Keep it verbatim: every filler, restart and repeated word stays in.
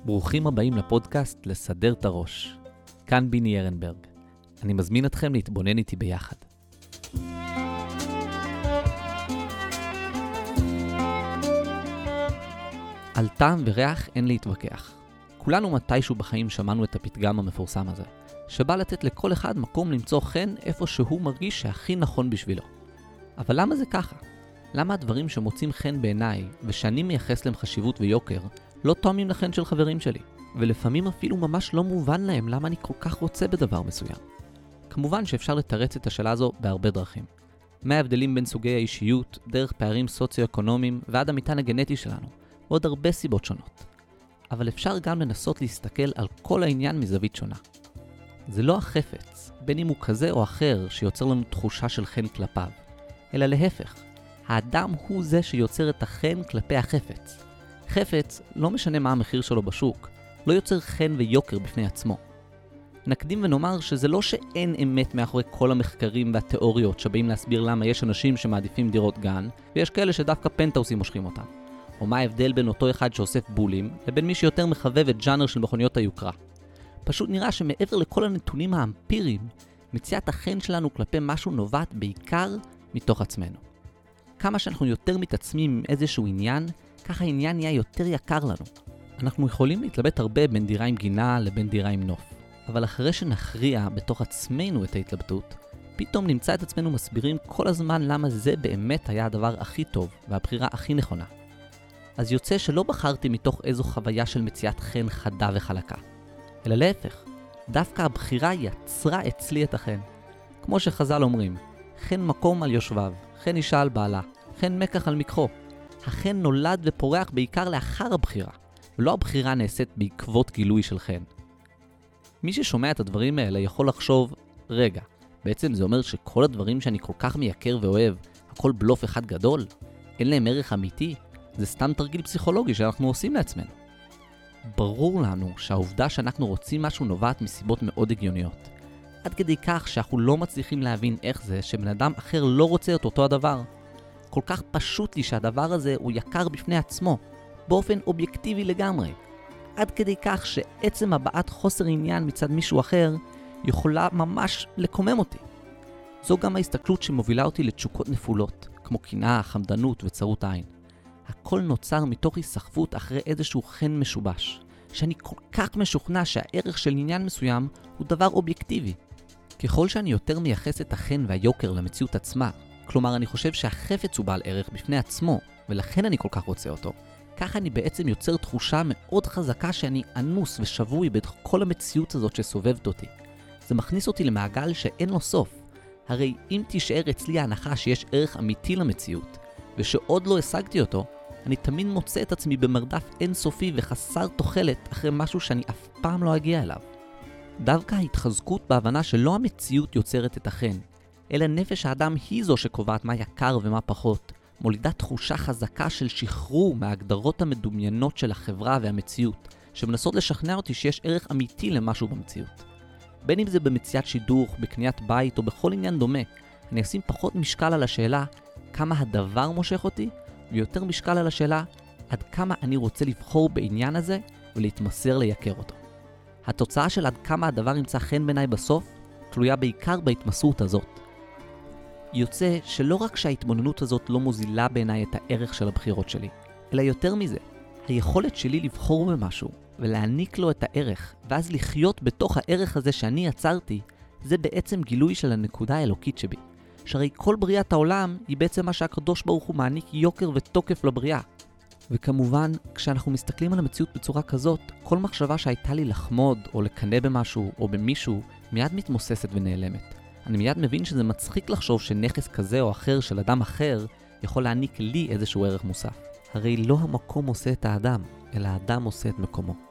ברוכים הבאים לפודקאסט לסדר את הראש. כאן ביני ארנברג. אני מזמין אתכם להתבונן איתי ביחד. על טעם וריח אין להתווכח. כולנו מתישהו בחיים שמענו את הפתגם המפורסם הזה, שבא לתת לכל אחד מקום למצוא חן איפה שהוא מרגיש שהכי נכון בשבילו. אבל למה זה ככה? למה הדברים שמוצאים חן בעיניי ושאני מייחס להם חשיבות ויוקר לא תואמים לחן של חברים שלי? ולפעמים אפילו ממש לא מובן להם למה אני כל כך רוצה בדבר מסוים. כמובן שאפשר לתרץ את השאלה הזו בהרבה דרכים. מההבדלים בין סוגי האישיות, דרך פערים סוציו-אקונומיים ועד המטען הגנטי שלנו, ועוד הרבה סיבות שונות. אבל אפשר גם לנסות להסתכל על כל העניין מזווית שונה. זה לא החפץ, בין אם הוא כזה או אחר שיוצר לנו תחושה של חן כלפיו, אלא להפך. האדם הוא זה שיוצר את החן כלפי החפץ. חפץ, לא משנה מה המחיר שלו בשוק, לא יוצר חן ויוקר בפני עצמו. נקדים ונאמר שזה לא שאין אמת מאחורי כל המחקרים והתיאוריות שבאים להסביר למה יש אנשים שמעדיפים דירות גן, ויש כאלה שדווקא פנטהאוסים מושכים אותם. או מה ההבדל בין אותו אחד שאוסף בולים, לבין מי שיותר מחבב את ג'אנר של מכוניות היוקרה. פשוט נראה שמעבר לכל הנתונים האמפיריים, מציאת החן שלנו כלפי משהו נובעת בעיקר מתוך עצמנו. כמה שאנחנו יותר מתעצמים עם איזשהו עניין, ככה העניין נהיה יותר יקר לנו. אנחנו יכולים להתלבט הרבה בין דירה עם גינה לבין דירה עם נוף. אבל אחרי שנכריע בתוך עצמנו את ההתלבטות, פתאום נמצא את עצמנו מסבירים כל הזמן למה זה באמת היה הדבר הכי טוב והבחירה הכי נכונה. אז יוצא שלא בחרתי מתוך איזו חוויה של מציאת חן חדה וחלקה. אלא להפך, דווקא הבחירה יצרה אצלי את החן. כמו שחז"ל אומרים, חן מקום על יושביו, חן אישה על בעלה, חן מקח על מקחו. החן נולד ופורח בעיקר לאחר הבחירה, ולא הבחירה נעשית בעקבות גילוי של חן. מי ששומע את הדברים האלה יכול לחשוב, רגע, בעצם זה אומר שכל הדברים שאני כל כך מייקר ואוהב, הכל בלוף אחד גדול? אין להם ערך אמיתי? זה סתם תרגיל פסיכולוגי שאנחנו עושים לעצמנו. ברור לנו שהעובדה שאנחנו רוצים משהו נובעת מסיבות מאוד הגיוניות. עד כדי כך שאנחנו לא מצליחים להבין איך זה שבן אדם אחר לא רוצה את אותו הדבר. כל כך פשוט לי שהדבר הזה הוא יקר בפני עצמו, באופן אובייקטיבי לגמרי. עד כדי כך שעצם הבעת חוסר עניין מצד מישהו אחר יכולה ממש לקומם אותי. זו גם ההסתכלות שמובילה אותי לתשוקות נפולות, כמו קנאה, חמדנות וצרות עין. הכל נוצר מתוך היסחפות אחרי איזשהו חן משובש, שאני כל כך משוכנע שהערך של עניין מסוים הוא דבר אובייקטיבי. ככל שאני יותר מייחס את החן והיוקר למציאות עצמה, כלומר אני חושב שהחפץ הוא בעל ערך בפני עצמו, ולכן אני כל כך רוצה אותו, כך אני בעצם יוצר תחושה מאוד חזקה שאני אנוס ושבוי בכל המציאות הזאת שסובבת אותי. זה מכניס אותי למעגל שאין לו סוף. הרי אם תישאר אצלי ההנחה שיש ערך אמיתי למציאות, ושעוד לא השגתי אותו, אני תמיד מוצא את עצמי במרדף אינסופי וחסר תוחלת אחרי משהו שאני אף פעם לא אגיע אליו. דווקא ההתחזקות בהבנה שלא המציאות יוצרת את החן, אלא נפש האדם היא זו שקובעת מה יקר ומה פחות, מולידה תחושה חזקה של שחרור מההגדרות המדומיינות של החברה והמציאות, שמנסות לשכנע אותי שיש ערך אמיתי למשהו במציאות. בין אם זה במציאת שידוך, בקניית בית או בכל עניין דומה, אני אשים פחות משקל על השאלה כמה הדבר מושך אותי, ויותר משקל על השאלה עד כמה אני רוצה לבחור בעניין הזה ולהתמסר לייקר אותו. התוצאה של עד כמה הדבר ימצא חן בעיניי בסוף, תלויה בעיקר בהתמסרות הזאת. יוצא שלא רק שההתבוננות הזאת לא מוזילה בעיניי את הערך של הבחירות שלי, אלא יותר מזה, היכולת שלי לבחור במשהו ולהעניק לו את הערך, ואז לחיות בתוך הערך הזה שאני יצרתי, זה בעצם גילוי של הנקודה האלוקית שבי. שהרי כל בריאת העולם היא בעצם מה שהקדוש ברוך הוא מעניק יוקר ותוקף לבריאה. וכמובן, כשאנחנו מסתכלים על המציאות בצורה כזאת, כל מחשבה שהייתה לי לחמוד או לקנא במשהו או במישהו, מיד מתמוססת ונעלמת. אני מיד מבין שזה מצחיק לחשוב שנכס כזה או אחר של אדם אחר יכול להעניק לי איזשהו ערך מוסף. הרי לא המקום עושה את האדם, אלא האדם עושה את מקומו.